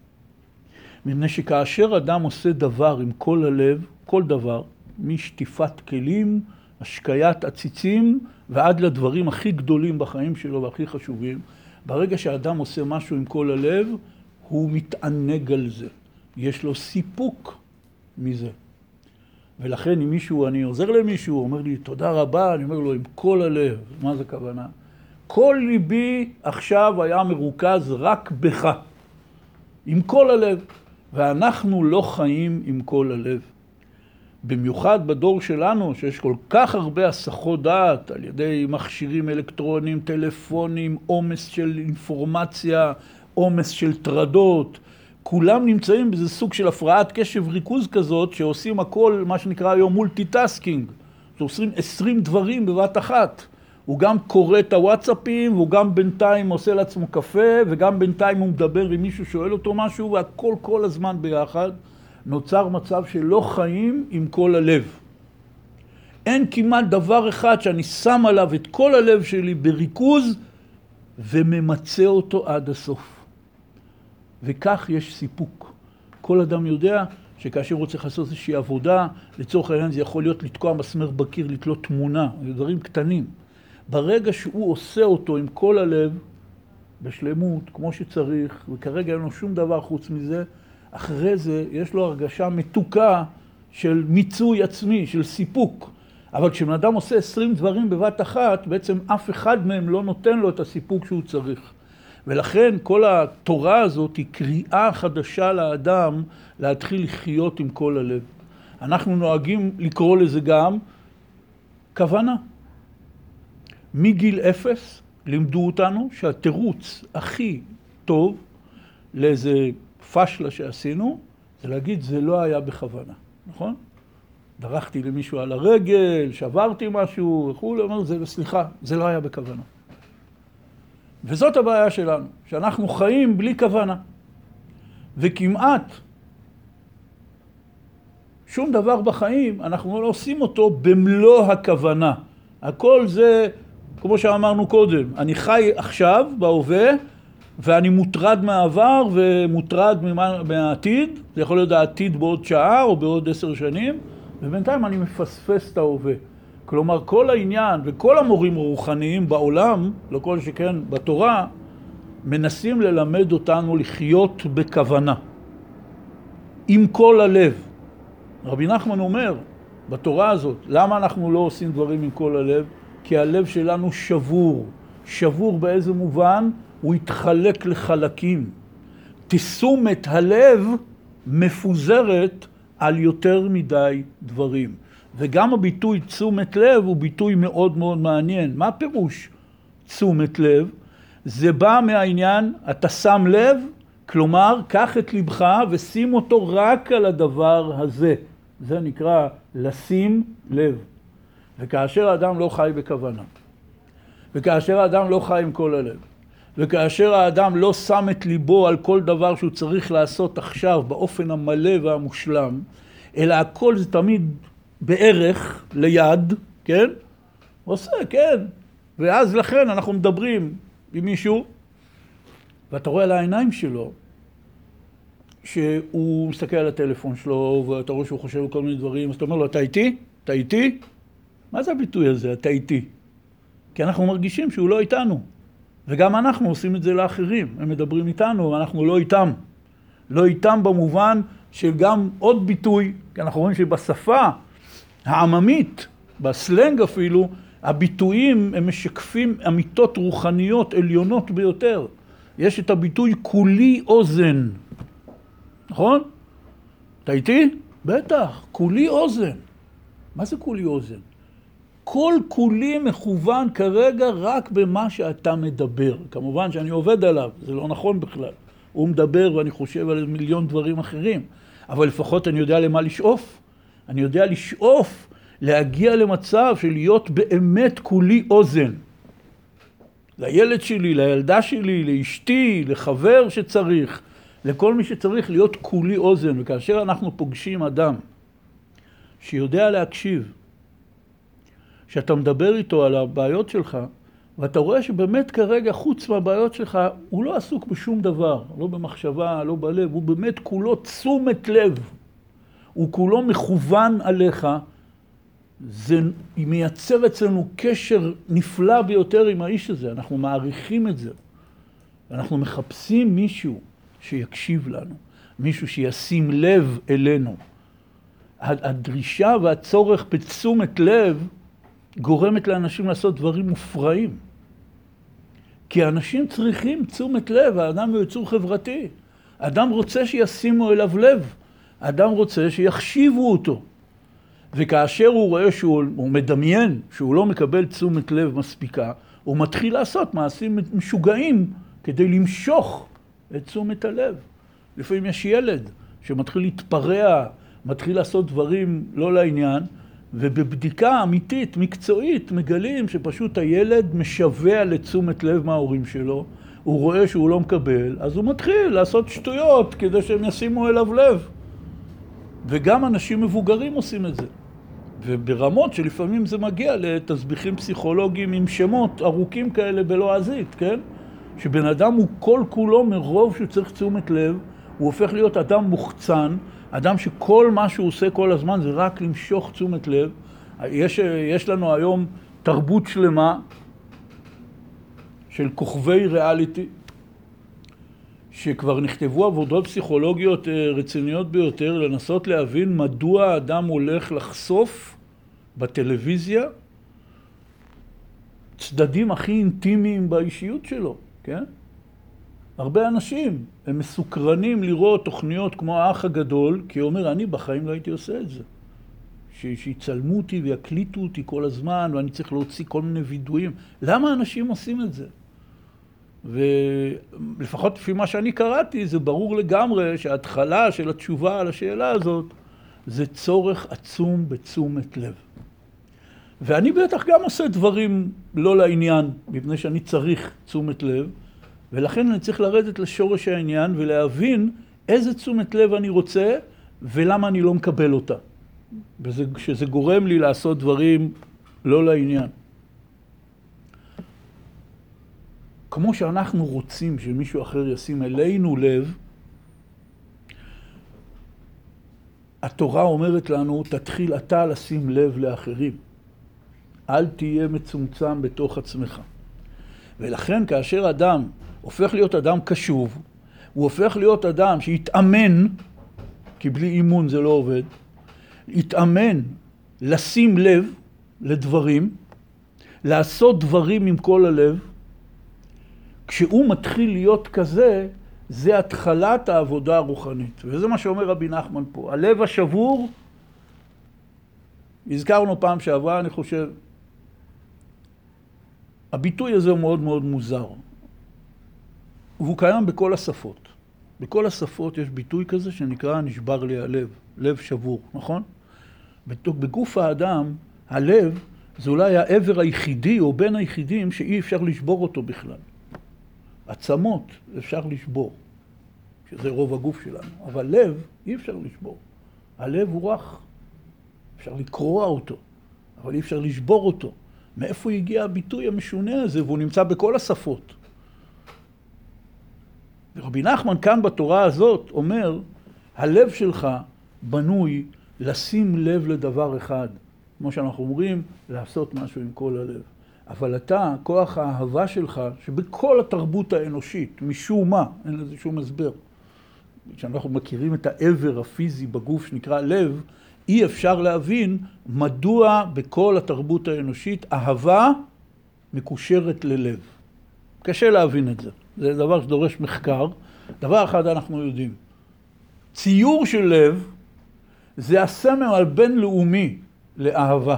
מפני שכאשר אדם עושה דבר עם כל הלב, כל דבר, משטיפת כלים, השקיית עציצים, ועד לדברים הכי גדולים בחיים שלו והכי חשובים, ברגע שהאדם עושה משהו עם כל הלב, הוא מתענג על זה. יש לו סיפוק מזה. ולכן אם מישהו, אני עוזר למישהו, הוא אומר לי, תודה רבה, אני אומר לו, עם כל הלב. מה זה כוונה? כל ליבי עכשיו היה מרוכז רק בך. עם כל הלב. ואנחנו לא חיים עם כל הלב. במיוחד בדור שלנו, שיש כל כך הרבה הסחות דעת על ידי מכשירים אלקטרוניים, טלפונים, עומס של אינפורמציה, עומס של טרדות, כולם נמצאים בזה סוג של הפרעת קשב ריכוז כזאת, שעושים הכל, מה שנקרא היום מולטיטאסקינג, שעושים עשרים דברים בבת אחת. הוא גם קורא את הוואטסאפים, והוא גם בינתיים עושה לעצמו קפה, וגם בינתיים הוא מדבר עם מישהו שואל אותו משהו, והכל כל הזמן ביחד. נוצר מצב שלא חיים עם כל הלב. אין כמעט דבר אחד שאני שם עליו את כל הלב שלי בריכוז, וממצא אותו עד הסוף. וכך יש סיפוק. כל אדם יודע שכאשר הוא צריך לעשות איזושהי עבודה, לצורך העניין זה יכול להיות לתקוע מסמר בקיר, לתלות תמונה, זה דברים קטנים. ברגע שהוא עושה אותו עם כל הלב, בשלמות, כמו שצריך, וכרגע אין לו שום דבר חוץ מזה, אחרי זה יש לו הרגשה מתוקה של מיצוי עצמי, של סיפוק. אבל כשבן אדם עושה עשרים דברים בבת אחת, בעצם אף אחד מהם לא נותן לו את הסיפוק שהוא צריך. ולכן כל התורה הזאת היא קריאה חדשה לאדם להתחיל לחיות עם כל הלב. אנחנו נוהגים לקרוא לזה גם כוונה. מגיל אפס לימדו אותנו שהתירוץ הכי טוב לאיזה פשלה שעשינו, זה להגיד זה לא היה בכוונה, נכון? דרכתי למישהו על הרגל, שברתי משהו, וכו', אומר זה, סליחה, זה לא היה בכוונה. וזאת הבעיה שלנו, שאנחנו חיים בלי כוונה. וכמעט שום דבר בחיים, אנחנו לא עושים אותו במלוא הכוונה. הכל זה, כמו שאמרנו קודם, אני חי עכשיו, בהווה, ואני מוטרד מהעבר ומוטרד מהעתיד. זה יכול להיות העתיד בעוד שעה או בעוד עשר שנים, ובינתיים אני מפספס את ההווה. כלומר, כל העניין וכל המורים הרוחניים בעולם, לא כל שכן בתורה, מנסים ללמד אותנו לחיות בכוונה. עם כל הלב. רבי נחמן אומר בתורה הזאת, למה אנחנו לא עושים דברים עם כל הלב? כי הלב שלנו שבור. שבור באיזה מובן? הוא התחלק לחלקים. תשומת הלב מפוזרת על יותר מדי דברים. וגם הביטוי תשומת לב הוא ביטוי מאוד מאוד מעניין. מה פירוש תשומת לב? זה בא מהעניין, אתה שם לב, כלומר, קח את לבך ושים אותו רק על הדבר הזה. זה נקרא לשים לב. וכאשר האדם לא חי בכוונה, וכאשר האדם לא חי עם כל הלב, וכאשר האדם לא שם את ליבו על כל דבר שהוא צריך לעשות עכשיו באופן המלא והמושלם, אלא הכל זה תמיד בערך ליד, כן? עושה, כן. ואז לכן אנחנו מדברים עם מישהו, ואתה רואה על העיניים שלו, שהוא מסתכל על הטלפון שלו, ואתה רואה שהוא חושב על כל מיני דברים, אז אתה אומר לו, אתה איתי? אתה איתי? מה זה הביטוי הזה, אתה איתי? כי אנחנו מרגישים שהוא לא איתנו. וגם אנחנו עושים את זה לאחרים. הם מדברים איתנו, ואנחנו לא איתם. לא איתם במובן של גם עוד ביטוי, כי אנחנו רואים שבשפה העממית, בסלנג אפילו, הביטויים הם משקפים אמיתות רוחניות עליונות ביותר. יש את הביטוי כולי אוזן. נכון? אתה איתי? בטח, כולי אוזן. מה זה כולי אוזן? כל כולי מכוון כרגע רק במה שאתה מדבר. כמובן שאני עובד עליו, זה לא נכון בכלל. הוא מדבר ואני חושב על מיליון דברים אחרים. אבל לפחות אני יודע למה לשאוף. אני יודע לשאוף, להגיע למצב של להיות באמת כולי אוזן. לילד שלי, לילדה שלי, לאשתי, לחבר שצריך, לכל מי שצריך להיות כולי אוזן. וכאשר אנחנו פוגשים אדם שיודע להקשיב, שאתה מדבר איתו על הבעיות שלך, ואתה רואה שבאמת כרגע חוץ מהבעיות שלך, הוא לא עסוק בשום דבר, לא במחשבה, לא בלב, הוא באמת כולו תשומת לב. הוא כולו מכוון עליך, זה מייצר אצלנו קשר נפלא ביותר עם האיש הזה, אנחנו מעריכים את זה. אנחנו מחפשים מישהו שיקשיב לנו, מישהו שישים לב אלינו. הדרישה והצורך בתשומת לב גורמת לאנשים לעשות דברים מופרעים. כי האנשים צריכים תשומת לב, האדם הוא יצור חברתי. האדם רוצה שישימו אליו לב, האדם רוצה שיחשיבו אותו. וכאשר הוא רואה שהוא הוא מדמיין שהוא לא מקבל תשומת לב מספיקה, הוא מתחיל לעשות מעשים משוגעים כדי למשוך את תשומת הלב. לפעמים יש ילד שמתחיל להתפרע, מתחיל לעשות דברים לא לעניין, ובבדיקה אמיתית, מקצועית, מגלים שפשוט הילד משווה לתשומת לב מההורים שלו, הוא רואה שהוא לא מקבל, אז הוא מתחיל לעשות שטויות כדי שהם ישימו אליו לב. וגם אנשים מבוגרים עושים את זה. וברמות שלפעמים זה מגיע לתסביכים פסיכולוגיים עם שמות ארוכים כאלה בלועזית, כן? שבן אדם הוא כל כולו מרוב שהוא צריך תשומת לב, הוא הופך להיות אדם מוחצן, אדם שכל מה שהוא עושה כל הזמן זה רק למשוך תשומת לב. יש, יש לנו היום תרבות שלמה של כוכבי ריאליטי, שכבר נכתבו עבודות פסיכולוגיות רציניות ביותר, לנסות להבין מדוע האדם הולך לחשוף בטלוויזיה צדדים הכי אינטימיים באישיות שלו, כן? הרבה אנשים הם מסוקרנים לראות תוכניות כמו האח הגדול, כי הוא אומר, אני בחיים לא הייתי עושה את זה. שיצלמו אותי ויקליטו אותי כל הזמן, ואני צריך להוציא כל מיני וידויים. למה אנשים עושים את זה? ולפחות לפי מה שאני קראתי, זה ברור לגמרי שההתחלה של התשובה על השאלה הזאת, זה צורך עצום בתשומת לב. ואני בטח גם עושה דברים לא לעניין, מפני שאני צריך תשומת לב, ולכן אני צריך לרדת לשורש העניין ולהבין איזה תשומת לב אני רוצה ולמה אני לא מקבל אותה. וזה, שזה גורם לי לעשות דברים לא לעניין. כמו שאנחנו רוצים שמישהו אחר ישים אלינו לב, התורה אומרת לנו, תתחיל אתה לשים לב לאחרים. אל תהיה מצומצם בתוך עצמך. ולכן כאשר אדם הופך להיות אדם קשוב, הוא הופך להיות אדם שיתאמן, כי בלי אימון זה לא עובד, יתאמן לשים לב לדברים, לעשות דברים עם כל הלב. כשהוא מתחיל להיות כזה, זה התחלת העבודה הרוחנית. וזה מה שאומר רבי נחמן פה. הלב השבור, הזכרנו פעם שעברה, אני חושב, הביטוי הזה הוא מאוד מאוד מוזר. והוא קיים בכל השפות. בכל השפות יש ביטוי כזה שנקרא נשבר לי הלב, לב שבור, נכון? בגוף האדם, הלב זה אולי העבר היחידי או בין היחידים שאי אפשר לשבור אותו בכלל. עצמות אפשר לשבור, שזה רוב הגוף שלנו, אבל לב אי אפשר לשבור. הלב הוא רך, אפשר לקרוע אותו, אבל אי אפשר לשבור אותו. מאיפה הגיע הביטוי המשונה הזה, והוא נמצא בכל השפות. ורבי נחמן כאן בתורה הזאת אומר, הלב שלך בנוי לשים לב לדבר אחד. כמו שאנחנו אומרים, לעשות משהו עם כל הלב. אבל אתה, כוח האהבה שלך, שבכל התרבות האנושית, משום מה, אין לזה שום הסבר. כשאנחנו מכירים את העבר הפיזי בגוף שנקרא לב, אי אפשר להבין מדוע בכל התרבות האנושית אהבה מקושרת ללב. קשה להבין את זה. זה דבר שדורש מחקר. דבר אחד אנחנו יודעים. ציור של לב זה הסמל בינלאומי לאהבה.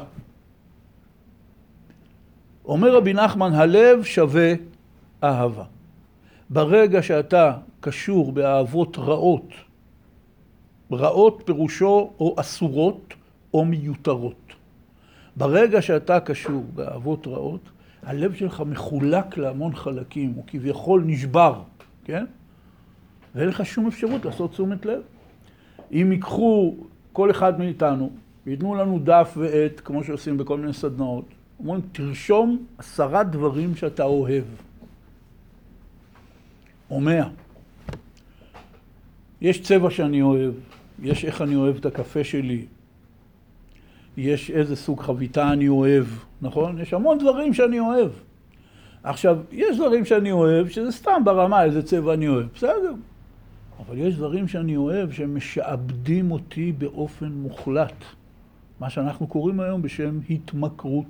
אומר רבי נחמן, הלב שווה אהבה. ברגע שאתה קשור באהבות רעות, רעות פירושו או אסורות או מיותרות. ברגע שאתה קשור באהבות רעות, הלב שלך מחולק להמון חלקים, הוא כביכול נשבר, כן? ואין לך שום אפשרות לעשות תשומת לב. אם ייקחו כל אחד מאיתנו, ויתנו לנו דף ועט, כמו שעושים בכל מיני סדנאות, אומרים, תרשום עשרה דברים שאתה אוהב. או מאה. יש צבע שאני אוהב, יש איך אני אוהב את הקפה שלי, יש איזה סוג חביתה אני אוהב, נכון? יש המון דברים שאני אוהב. עכשיו, יש דברים שאני אוהב, שזה סתם ברמה, איזה צבע אני אוהב, בסדר. אבל יש דברים שאני אוהב שהם משעבדים אותי באופן מוחלט. מה שאנחנו קוראים היום בשם התמכרות.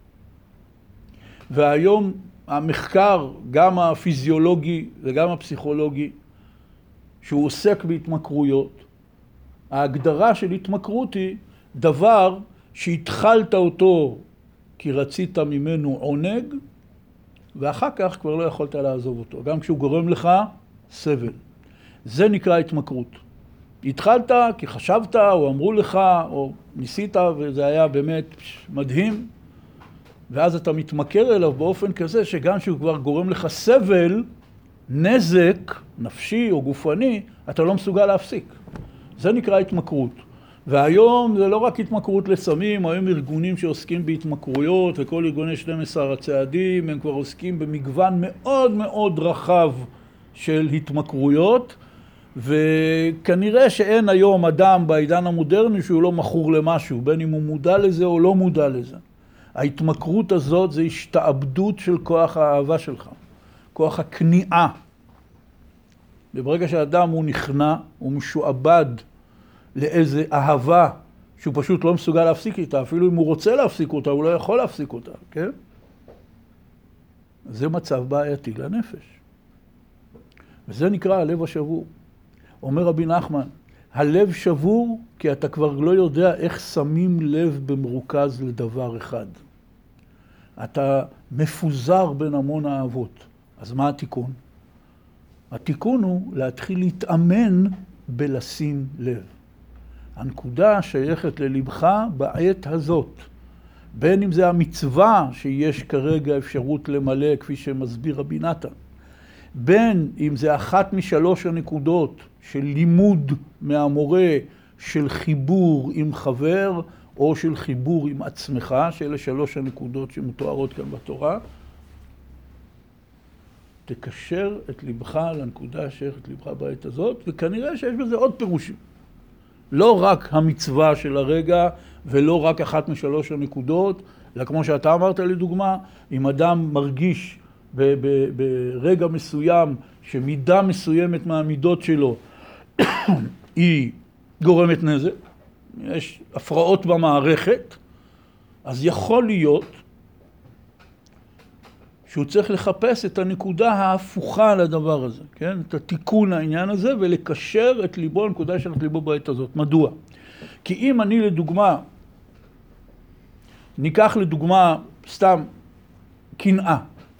והיום המחקר, גם הפיזיולוגי וגם הפסיכולוגי, שהוא עוסק בהתמכרויות, ההגדרה של התמכרות היא דבר שהתחלת אותו כי רצית ממנו עונג, ואחר כך כבר לא יכולת לעזוב אותו, גם כשהוא גורם לך סבל. זה נקרא התמכרות. התחלת כי חשבת, או אמרו לך, או ניסית, וזה היה באמת מדהים, ואז אתה מתמכר אליו באופן כזה שגם שהוא כבר גורם לך סבל, נזק נפשי או גופני, אתה לא מסוגל להפסיק. זה נקרא התמכרות. והיום זה לא רק התמכרות לסמים, היום ארגונים שעוסקים בהתמכרויות, וכל ארגוני שנים עשר הצעדים, הם כבר עוסקים במגוון מאוד מאוד רחב של התמכרויות, וכנראה שאין היום אדם בעידן המודרני שהוא לא מכור למשהו, בין אם הוא מודע לזה או לא מודע לזה. ההתמכרות הזאת זה השתעבדות של כוח האהבה שלך, כוח הכניעה. וברגע שהאדם הוא נכנע, הוא משועבד לאיזה אהבה שהוא פשוט לא מסוגל להפסיק איתה, אפילו אם הוא רוצה להפסיק אותה, הוא לא יכול להפסיק אותה, כן? זה מצב בעייתי לנפש. וזה נקרא הלב השבור. אומר רבי נחמן, הלב שבור כי אתה כבר לא יודע איך שמים לב במרוכז לדבר אחד. אתה מפוזר בין המון אהבות. אז מה התיקון? התיקון הוא להתחיל להתאמן בלשים לב. הנקודה שייכת ללבך בעת הזאת. בין אם זה המצווה שיש כרגע אפשרות למלא, כפי שמסביר רבי נתן. בין אם זה אחת משלוש הנקודות של לימוד מהמורה, של חיבור עם חבר, או של חיבור עם עצמך, שאלה שלוש הנקודות שמתוארות כאן בתורה. תקשר את לבך לנקודה שייכת לבך בעת הזאת, וכנראה שיש בזה עוד פירושים. לא רק המצווה של הרגע, ולא רק אחת משלוש הנקודות, אלא כמו שאתה אמרת לדוגמה, אם אדם מרגיש ב- ב- ברגע מסוים, שמידה מסוימת מהמידות שלו, היא גורמת נזק, יש הפרעות במערכת, אז יכול להיות שהוא צריך לחפש את הנקודה ההפוכה לדבר הזה, כן? את התיקון העניין הזה, ולקשר את ליבו, הנקודה של ליבו בעת הזאת. מדוע? כי אם אני לדוגמה, ניקח לדוגמה סתם קנאה.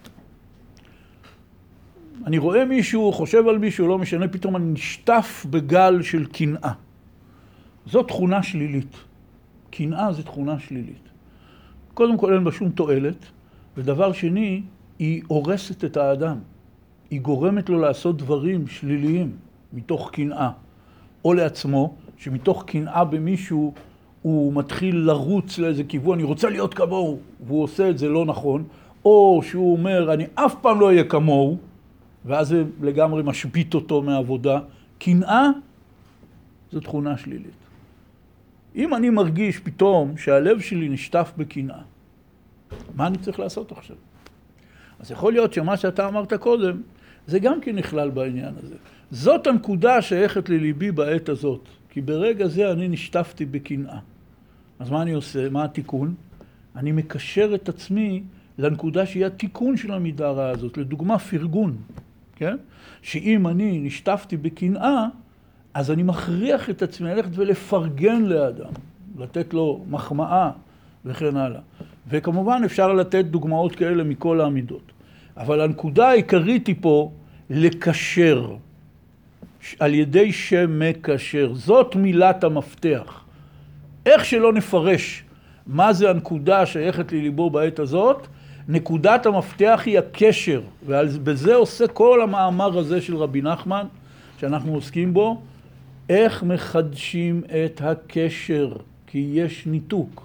אני רואה מישהו, חושב על מישהו, לא משנה, פתאום אני נשטף בגל של קנאה. זו תכונה שלילית. קנאה זו תכונה שלילית. קודם כל אין בה שום תועלת, ודבר שני, היא הורסת את האדם. היא גורמת לו לעשות דברים שליליים מתוך קנאה. או לעצמו, שמתוך קנאה במישהו, הוא מתחיל לרוץ לאיזה כיוון, אני רוצה להיות כמוהו, והוא עושה את זה לא נכון, או שהוא אומר, אני אף פעם לא אהיה כמוהו, ואז זה לגמרי משבית אותו מהעבודה. קנאה זו תכונה שלילית. אם אני מרגיש פתאום שהלב שלי נשטף בקנאה, מה אני צריך לעשות עכשיו? אז יכול להיות שמה שאתה אמרת קודם, זה גם כן נכלל בעניין הזה. זאת הנקודה שייכת לליבי בעת הזאת, כי ברגע זה אני נשטפתי בקנאה. אז מה אני עושה? מה התיקון? אני מקשר את עצמי לנקודה שהיא התיקון של המידה הרעה הזאת, לדוגמה פרגון, כן? שאם אני נשטפתי בקנאה, אז אני מכריח את עצמי ללכת ולפרגן לאדם, לתת לו מחמאה וכן הלאה. וכמובן אפשר לתת דוגמאות כאלה מכל העמידות. אבל הנקודה העיקרית היא פה לקשר, על ידי שם מקשר. זאת מילת המפתח. איך שלא נפרש מה זה הנקודה שייכת לליבו בעת הזאת, נקודת המפתח היא הקשר, ובזה עושה כל המאמר הזה של רבי נחמן, שאנחנו עוסקים בו, איך מחדשים את הקשר, כי יש ניתוק.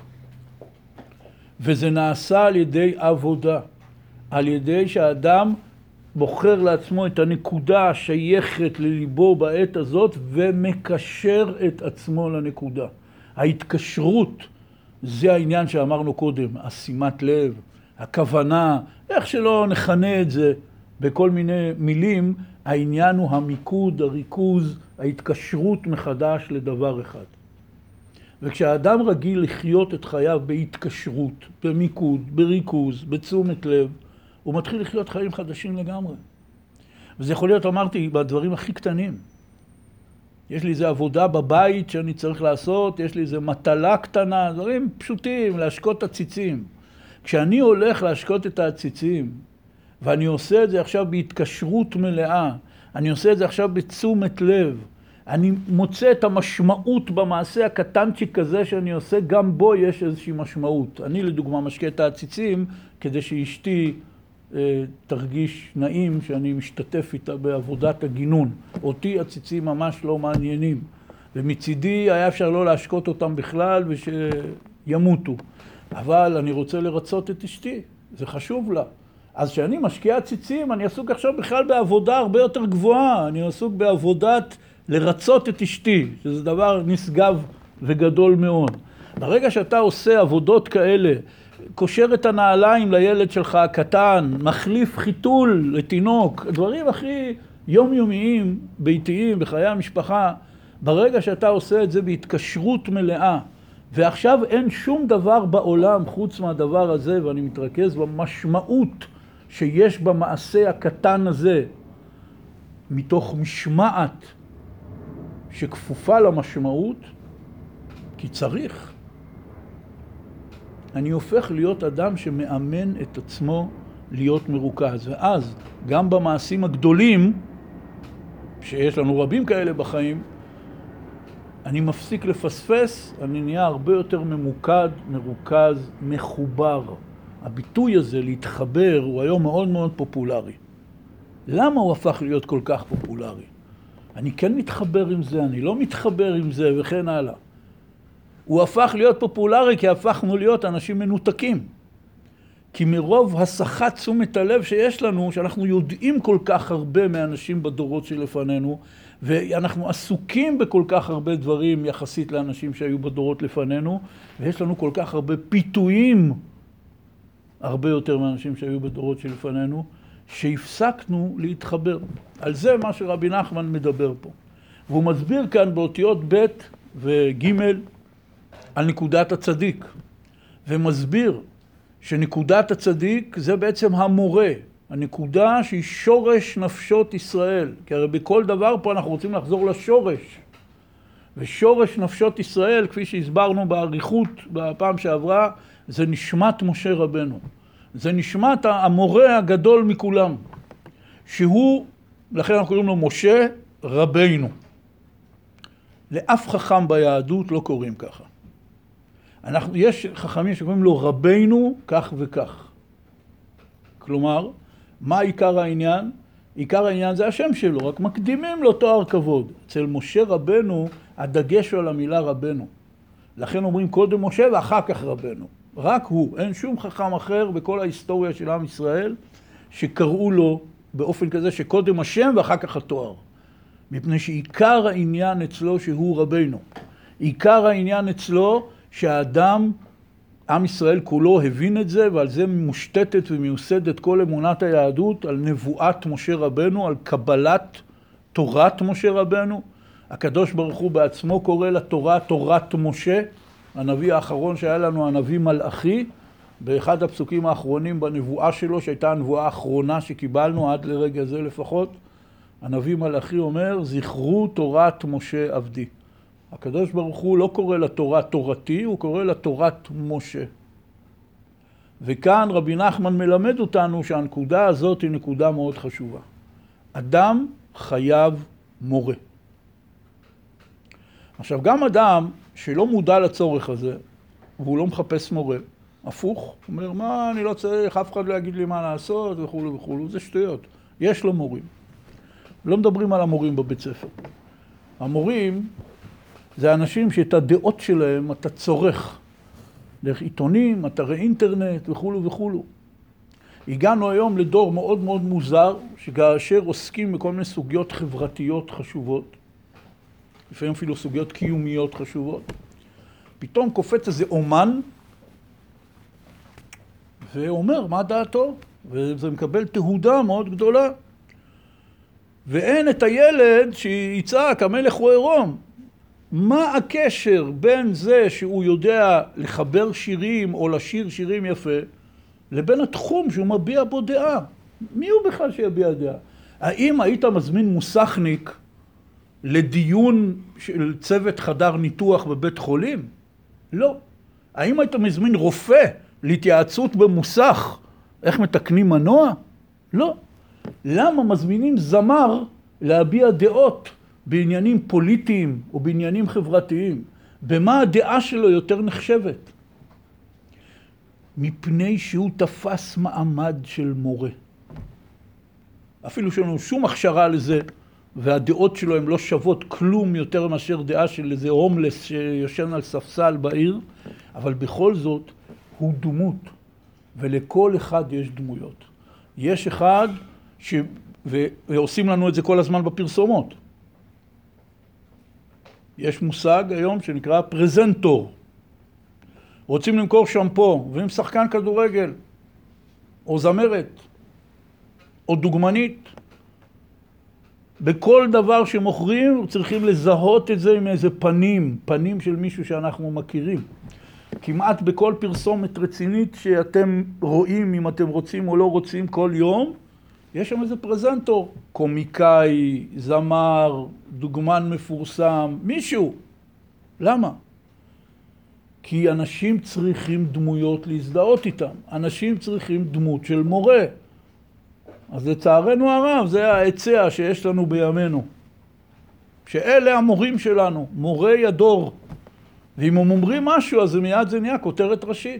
וזה נעשה על ידי עבודה, על ידי שהאדם בוחר לעצמו את הנקודה השייכת לליבו בעת הזאת, ומקשר את עצמו לנקודה. ההתקשרות, זה העניין שאמרנו קודם, השימת לב, הכוונה, איך שלא נכנה את זה בכל מיני מילים, העניין הוא המיקוד, הריכוז, ההתקשרות מחדש לדבר אחד. וכשהאדם רגיל לחיות את חייו בהתקשרות, במיקוד, בריכוז, בתשומת לב, הוא מתחיל לחיות חיים חדשים לגמרי. וזה יכול להיות, אמרתי, בדברים הכי קטנים. יש לי איזו עבודה בבית שאני צריך לעשות, יש לי איזו מטלה קטנה, דברים פשוטים, להשקות את הציצים. כשאני הולך להשקות את הציצים, ואני עושה את זה עכשיו בהתקשרות מלאה, אני עושה את זה עכשיו בתשומת לב, אני מוצא את המשמעות במעשה הקטנצ'יק הזה שאני עושה, גם בו יש איזושהי משמעות. אני לדוגמה משקה את הציצים כדי שאשתי אה, תרגיש נעים שאני משתתף איתה בעבודת הגינון. אותי הציצים ממש לא מעניינים, ומצידי היה אפשר לא להשקות אותם בכלל ושימותו. אבל אני רוצה לרצות את אשתי, זה חשוב לה. אז כשאני משקיע ציצים, אני עסוק עכשיו בכלל בעבודה הרבה יותר גבוהה. אני עסוק בעבודת לרצות את אשתי, שזה דבר נשגב וגדול מאוד. ברגע שאתה עושה עבודות כאלה, קושר את הנעליים לילד שלך הקטן, מחליף חיתול לתינוק, דברים הכי יומיומיים, ביתיים, בחיי המשפחה, ברגע שאתה עושה את זה בהתקשרות מלאה, ועכשיו אין שום דבר בעולם חוץ מהדבר הזה, ואני מתרכז במשמעות שיש במעשה הקטן הזה, מתוך משמעת שכפופה למשמעות, כי צריך. אני הופך להיות אדם שמאמן את עצמו להיות מרוכז. ואז גם במעשים הגדולים, שיש לנו רבים כאלה בחיים, אני מפסיק לפספס, אני נהיה הרבה יותר ממוקד, מרוכז, מחובר. הביטוי הזה, להתחבר, הוא היום מאוד מאוד פופולרי. למה הוא הפך להיות כל כך פופולרי? אני כן מתחבר עם זה, אני לא מתחבר עם זה, וכן הלאה. הוא הפך להיות פופולרי כי הפכנו להיות אנשים מנותקים. כי מרוב הסחת תשומת הלב שיש לנו, שאנחנו יודעים כל כך הרבה מאנשים בדורות שלפנינו, ואנחנו עסוקים בכל כך הרבה דברים יחסית לאנשים שהיו בדורות לפנינו, ויש לנו כל כך הרבה פיתויים, הרבה יותר מאנשים שהיו בדורות שלפנינו, שהפסקנו להתחבר. על זה מה שרבי נחמן מדבר פה. והוא מסביר כאן באותיות ב' וג' על נקודת הצדיק. ומסביר שנקודת הצדיק זה בעצם המורה. הנקודה שהיא שורש נפשות ישראל. כי הרי בכל דבר פה אנחנו רוצים לחזור לשורש. ושורש נפשות ישראל, כפי שהסברנו באריכות בפעם שעברה, זה נשמת משה רבנו. זה נשמת המורה הגדול מכולם. שהוא, לכן אנחנו קוראים לו משה רבנו. לאף חכם ביהדות לא קוראים ככה. אנחנו, יש חכמים שקוראים לו רבנו כך וכך. כלומר, מה עיקר העניין? עיקר העניין זה השם שלו, רק מקדימים לו תואר כבוד. אצל משה רבנו, הדגש הוא על המילה רבנו. לכן אומרים קודם משה ואחר כך רבנו. רק הוא, אין שום חכם אחר בכל ההיסטוריה של עם ישראל שקראו לו באופן כזה שקודם השם ואחר כך התואר. מפני שעיקר העניין אצלו שהוא רבנו. עיקר העניין אצלו שהאדם, עם ישראל כולו הבין את זה, ועל זה מושתתת ומיוסדת כל אמונת היהדות, על נבואת משה רבנו, על קבלת תורת משה רבנו. הקדוש ברוך הוא בעצמו קורא לתורה תורת משה, הנביא האחרון שהיה לנו, הנביא מלאכי, באחד הפסוקים האחרונים בנבואה שלו, שהייתה הנבואה האחרונה שקיבלנו עד לרגע זה לפחות, הנביא מלאכי אומר, זכרו תורת משה עבדי. הקדוש ברוך הוא לא קורא לתורה תורתי, הוא קורא לתורת משה. וכאן רבי נחמן מלמד אותנו שהנקודה הזאת היא נקודה מאוד חשובה. אדם חייב מורה. עכשיו, גם אדם שלא מודע לצורך הזה, והוא לא מחפש מורה, הפוך, הוא אומר, מה, אני לא צריך, אף אחד לא יגיד לי מה לעשות, וכו' וכו', זה שטויות. יש לו מורים. לא מדברים על המורים בבית ספר. המורים זה אנשים שאת הדעות שלהם אתה צורך, דרך עיתונים, אתרי אינטרנט וכו' וכו'. הגענו היום לדור מאוד מאוד מוזר, שכאשר עוסקים בכל מיני סוגיות חברתיות חשובות, לפעמים אפילו סוגיות קיומיות חשובות, פתאום קופץ איזה אומן, ואומר מה דעתו, וזה מקבל תהודה מאוד גדולה. ואין את הילד שיצעק, המלך הוא עירום. מה הקשר בין זה שהוא יודע לחבר שירים או לשיר שירים יפה, לבין התחום שהוא מביע בו דעה? מי הוא בכלל שיביע דעה? האם היית מזמין מוסכניק לדיון של צוות חדר ניתוח בבית חולים? לא. האם היית מזמין רופא להתייעצות במוסך, איך מתקנים מנוע? לא. למה מזמינים זמר להביע דעות בעניינים פוליטיים או בעניינים חברתיים? במה הדעה שלו יותר נחשבת? מפני שהוא תפס מעמד של מורה. אפילו שאין לנו שום הכשרה לזה, והדעות שלו הן לא שוות כלום יותר מאשר דעה של איזה הומלס שיושן על ספסל בעיר, אבל בכל זאת הוא דמות, ולכל אחד יש דמויות. יש אחד ש... ו... ועושים לנו את זה כל הזמן בפרסומות. יש מושג היום שנקרא פרזנטור. רוצים למכור שמפו, ועם שחקן כדורגל, או זמרת, או דוגמנית. בכל דבר שמוכרים צריכים לזהות את זה עם איזה פנים, פנים של מישהו שאנחנו מכירים. כמעט בכל פרסומת רצינית שאתם רואים, אם אתם רוצים או לא רוצים כל יום, יש שם איזה פרזנטור, קומיקאי, זמר, דוגמן מפורסם, מישהו. למה? כי אנשים צריכים דמויות להזדהות איתם. אנשים צריכים דמות של מורה. אז לצערנו הרב, זה ההיצע שיש לנו בימינו. שאלה המורים שלנו, מורי הדור. ואם הם אומרים משהו, אז מיד זה נהיה כותרת ראשית.